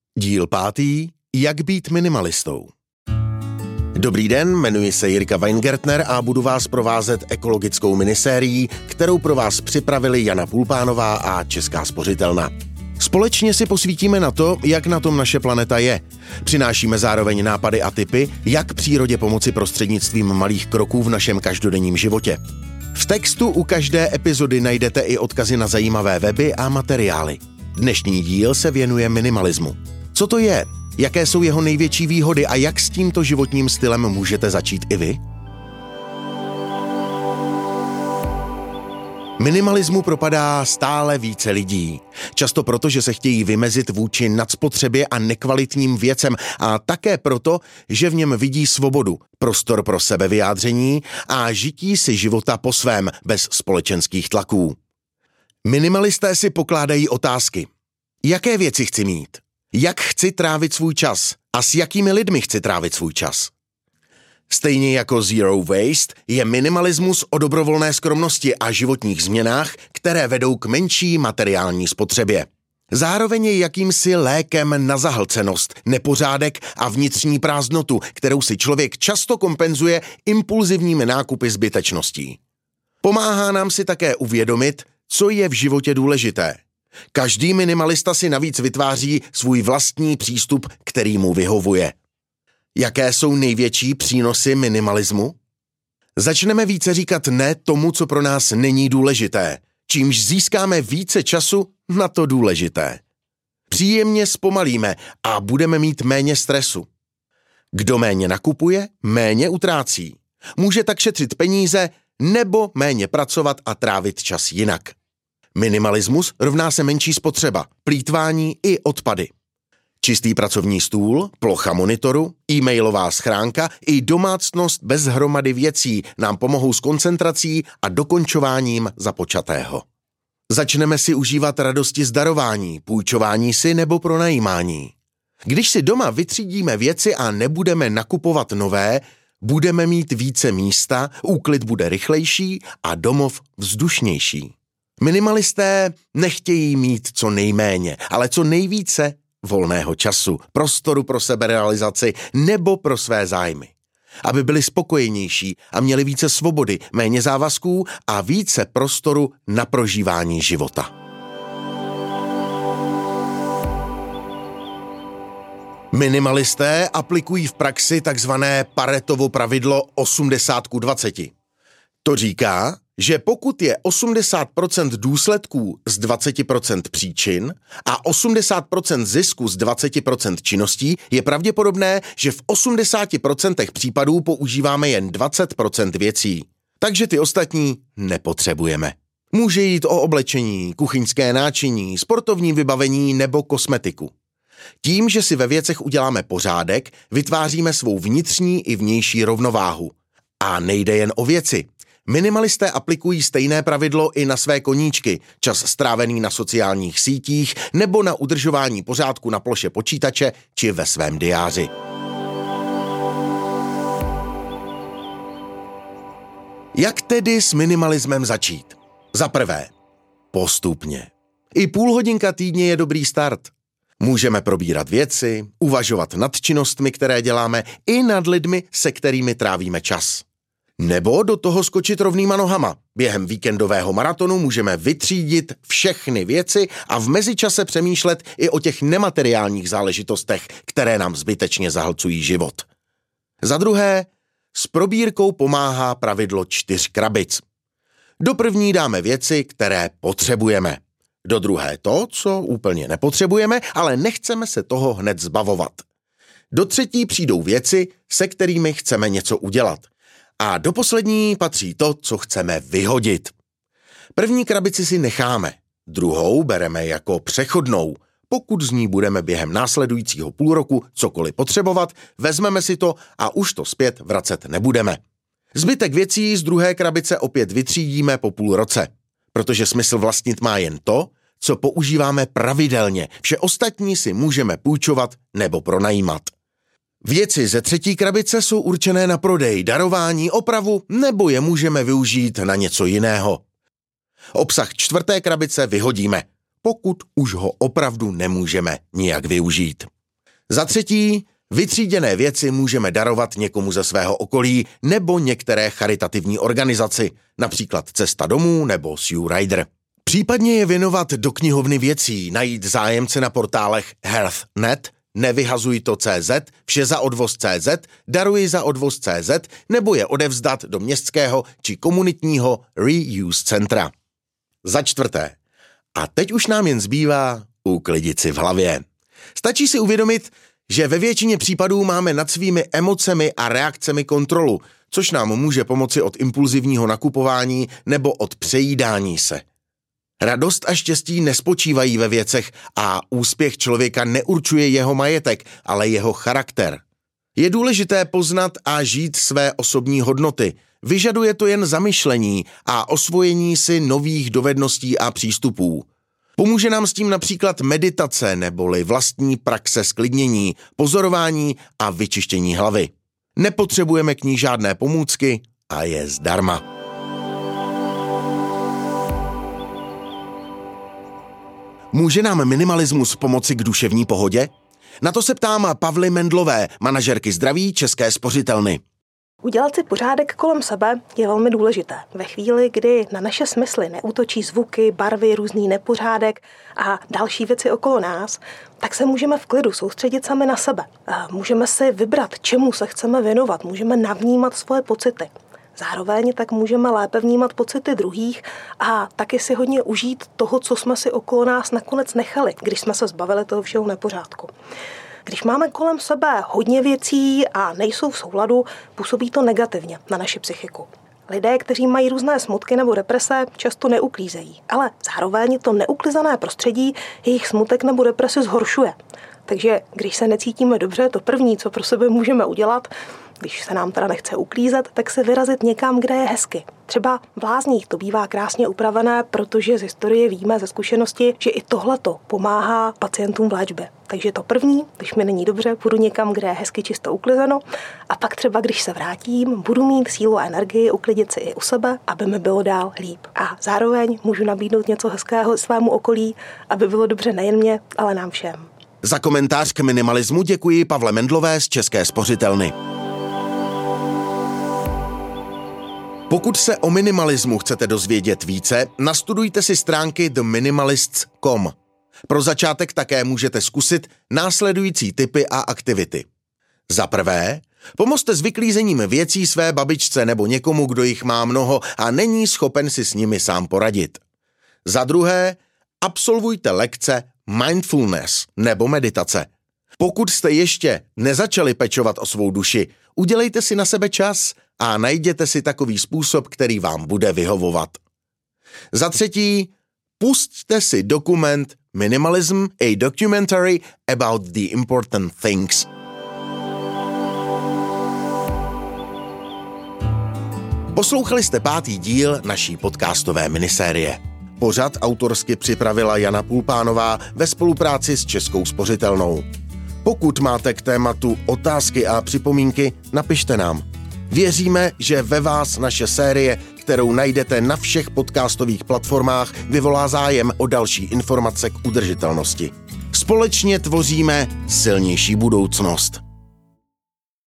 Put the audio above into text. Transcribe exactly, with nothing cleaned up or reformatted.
Díl pátý. Jak být minimalistou. Dobrý den, jmenuji se Jirka Weingertner a budu vás provázet ekologickou minisérií, kterou pro vás připravili Jana Pulpánová a Česká spořitelna. Společně si posvítíme na to, jak na tom naše planeta je. Přinášíme zároveň nápady a tipy, jak přírodě pomoci prostřednictvím malých kroků v našem každodenním životě. V textu u každé epizody najdete i odkazy na zajímavé weby a materiály. Dnešní díl se věnuje minimalismu. Co to je? Jaké jsou jeho největší výhody a jak s tímto životním stylem můžete začít i vy? Minimalismu propadá stále více lidí. Často proto, že se chtějí vymezit vůči nadspotřebě a nekvalitním věcem a také proto, že v něm vidí svobodu, prostor pro sebevyjádření a žití si života po svém, bez společenských tlaků. Minimalisté si pokládají otázky. Jaké věci chci mít? Jak chci trávit svůj čas? A s jakými lidmi chci trávit svůj čas? Stejně jako Zero Waste je minimalismus o dobrovolné skromnosti a životních změnách, které vedou k menší materiální spotřebě. Zároveň je jakýmsi lékem na zahlcenost, nepořádek a vnitřní prázdnotu, kterou si člověk často kompenzuje impulzivními nákupy zbytečností. Pomáhá nám si také uvědomit, co je v životě důležité. Každý minimalista si navíc vytváří svůj vlastní přístup, který mu vyhovuje. Jaké jsou největší přínosy minimalismu? Začneme více říkat ne tomu, co pro nás není důležité, čímž získáme více času na to důležité. Příjemně zpomalíme a budeme mít méně stresu. Kdo méně nakupuje, méně utrácí. Může tak šetřit peníze nebo méně pracovat a trávit čas jinak. Minimalismus rovná se menší spotřeba, plýtvání i odpady. Čistý pracovní stůl, plocha monitoru, e-mailová schránka i domácnost bez hromady věcí nám pomohou s koncentrací a dokončováním započatého. Začneme si užívat radosti z darování, půjčování si nebo pronajímání. Když si doma vytřídíme věci a nebudeme nakupovat nové, budeme mít více místa, úklid bude rychlejší a domov vzdušnější. Minimalisté nechtějí mít co nejméně, ale co nejvíce volného času, prostoru pro seberealizaci nebo pro své zájmy. Aby byli spokojenější a měli více svobody, méně závazků a více prostoru na prožívání života. Minimalisté aplikují v praxi takzvané Paretovo pravidlo osmdesát ku dvaceti. To říká, že pokud je osmdesát procent důsledků z dvacet procent příčin a osmdesát procent zisku z dvacet procent činností, je pravděpodobné, že v osmdesáti procentech případů používáme jen dvacet procent věcí. Takže ty ostatní nepotřebujeme. Může jít o oblečení, kuchyňské náčiní, sportovní vybavení nebo kosmetiku. Tím, že si ve věcech uděláme pořádek, vytváříme svou vnitřní i vnější rovnováhu. A nejde jen o věci. Minimalisté aplikují stejné pravidlo i na své koníčky, čas strávený na sociálních sítích nebo na udržování pořádku na ploše počítače či ve svém diáři. Jak tedy s minimalismem začít? Za prvé, postupně. I půl hodinka týdně je dobrý start. Můžeme probírat věci, uvažovat nad činnostmi, které děláme, i nad lidmi, se kterými trávíme čas. Nebo do toho skočit rovnýma nohama. Během víkendového maratonu můžeme vytřídit všechny věci a v mezičase přemýšlet i o těch nemateriálních záležitostech, které nám zbytečně zahlcují život. Za druhé, s probírkou pomáhá pravidlo čtyř krabic. Do první dáme věci, které potřebujeme. Do druhé to, co úplně nepotřebujeme, ale nechceme se toho hned zbavovat. Do třetí přijdou věci, se kterými chceme něco udělat. A do poslední patří to, co chceme vyhodit. První krabici si necháme, druhou bereme jako přechodnou. Pokud z ní budeme během následujícího půl roku cokoliv potřebovat, vezmeme si to a už to zpět vracet nebudeme. Zbytek věcí z druhé krabice opět vytřídíme po půl roce, protože smysl vlastnit má jen to, co používáme pravidelně. Vše ostatní si můžeme půjčovat nebo pronajímat. Věci ze třetí krabice jsou určené na prodej, darování, opravu nebo je můžeme využít na něco jiného. Obsah čtvrté krabice vyhodíme, pokud už ho opravdu nemůžeme nijak využít. Za třetí, vytříděné věci můžeme darovat někomu ze svého okolí nebo některé charitativní organizaci, například Cesta domů nebo Sue Ryder. Případně je věnovat do knihovny věcí, najít zájemce na portálech Health tečka net, nevyhazuj to tečka cé zet, vše za odvoz tečka cé zet, daruji za odvoz tečka cé zet nebo je odevzdat do městského či komunitního reuse centra. Za čtvrté. A teď už nám jen zbývá uklidit si v hlavě. Stačí si uvědomit, že ve většině případů máme nad svými emocemi a reakcemi kontrolu, což nám může pomoci od impulzivního nakupování nebo od přejídání se. Radost a štěstí nespočívají ve věcech a úspěch člověka neurčuje jeho majetek, ale jeho charakter. Je důležité poznat a žít své osobní hodnoty. Vyžaduje to jen zamyšlení a osvojení si nových dovedností a přístupů. Pomůže nám s tím například meditace neboli vlastní praxe sklidnění, pozorování a vyčištění hlavy. Nepotřebujeme k ní žádné pomůcky a je zdarma. Může nám minimalismus pomoci k duševní pohodě? Na to se ptám Pavly Mendlové, manažerky zdraví České spořitelny. Udělat si pořádek kolem sebe je velmi důležité. Ve chvíli, kdy na naše smysly neútočí zvuky, barvy, různý nepořádek a další věci okolo nás, tak se můžeme v klidu soustředit sami na sebe. Můžeme si vybrat, čemu se chceme věnovat, můžeme navnímat svoje pocity. Zároveň tak můžeme lépe vnímat pocity druhých a taky si hodně užít toho, co jsme si okolo nás nakonec nechali, když jsme se zbavili toho všeho nepořádku. Když máme kolem sebe hodně věcí a nejsou v souladu, působí to negativně na naši psychiku. Lidé, kteří mají různé smutky nebo deprese, často neuklízejí, ale zároveň to neuklizené prostředí jejich smutek nebo depresi zhoršuje. Takže když se necítíme dobře, to první, co pro sebe můžeme udělat, když se nám teda nechce uklízet, tak se vyrazit někam, kde je hezky. Třeba v lázních to bývá krásně upravené, protože z historie víme, ze zkušenosti, že i tohleto pomáhá pacientům v léčbě. Takže to první, když mi není dobře, půjdu někam, kde je hezky čisto uklizeno a pak třeba, když se vrátím, budu mít sílu a energii uklidit si i u sebe, aby mi bylo dál líp. A zároveň můžu nabídnout něco hezkého svému okolí, aby bylo dobře nejen mě, ale nám všem. Za komentář k minimalismu děkuji Pavle Mendlové z České spořitelny. Pokud se o minimalismu chcete dozvědět více, nastudujte si stránky the minimalists tečka com. Pro začátek také můžete zkusit následující tipy a aktivity. Za prvé, pomozte s vyklízením věcí své babičce nebo někomu, kdo jich má mnoho a není schopen si s nimi sám poradit. Za druhé, absolvujte lekce mindfulness nebo meditace. Pokud jste ještě nezačali pečovat o svou duši, udělejte si na sebe čas a najděte si takový způsob, který vám bude vyhovovat. Za třetí, pusťte si dokument Minimalism, a documentary about the important things. Poslouchali jste pátý díl naší podcastové minisérie. Pořad autorsky připravila Jana Pulpánová ve spolupráci s Českou spořitelnou. Pokud máte k tématu otázky a připomínky, napište nám. Věříme, že ve vás naše série, kterou najdete na všech podcastových platformách, vyvolá zájem o další informace k udržitelnosti. Společně tvoříme silnější budoucnost.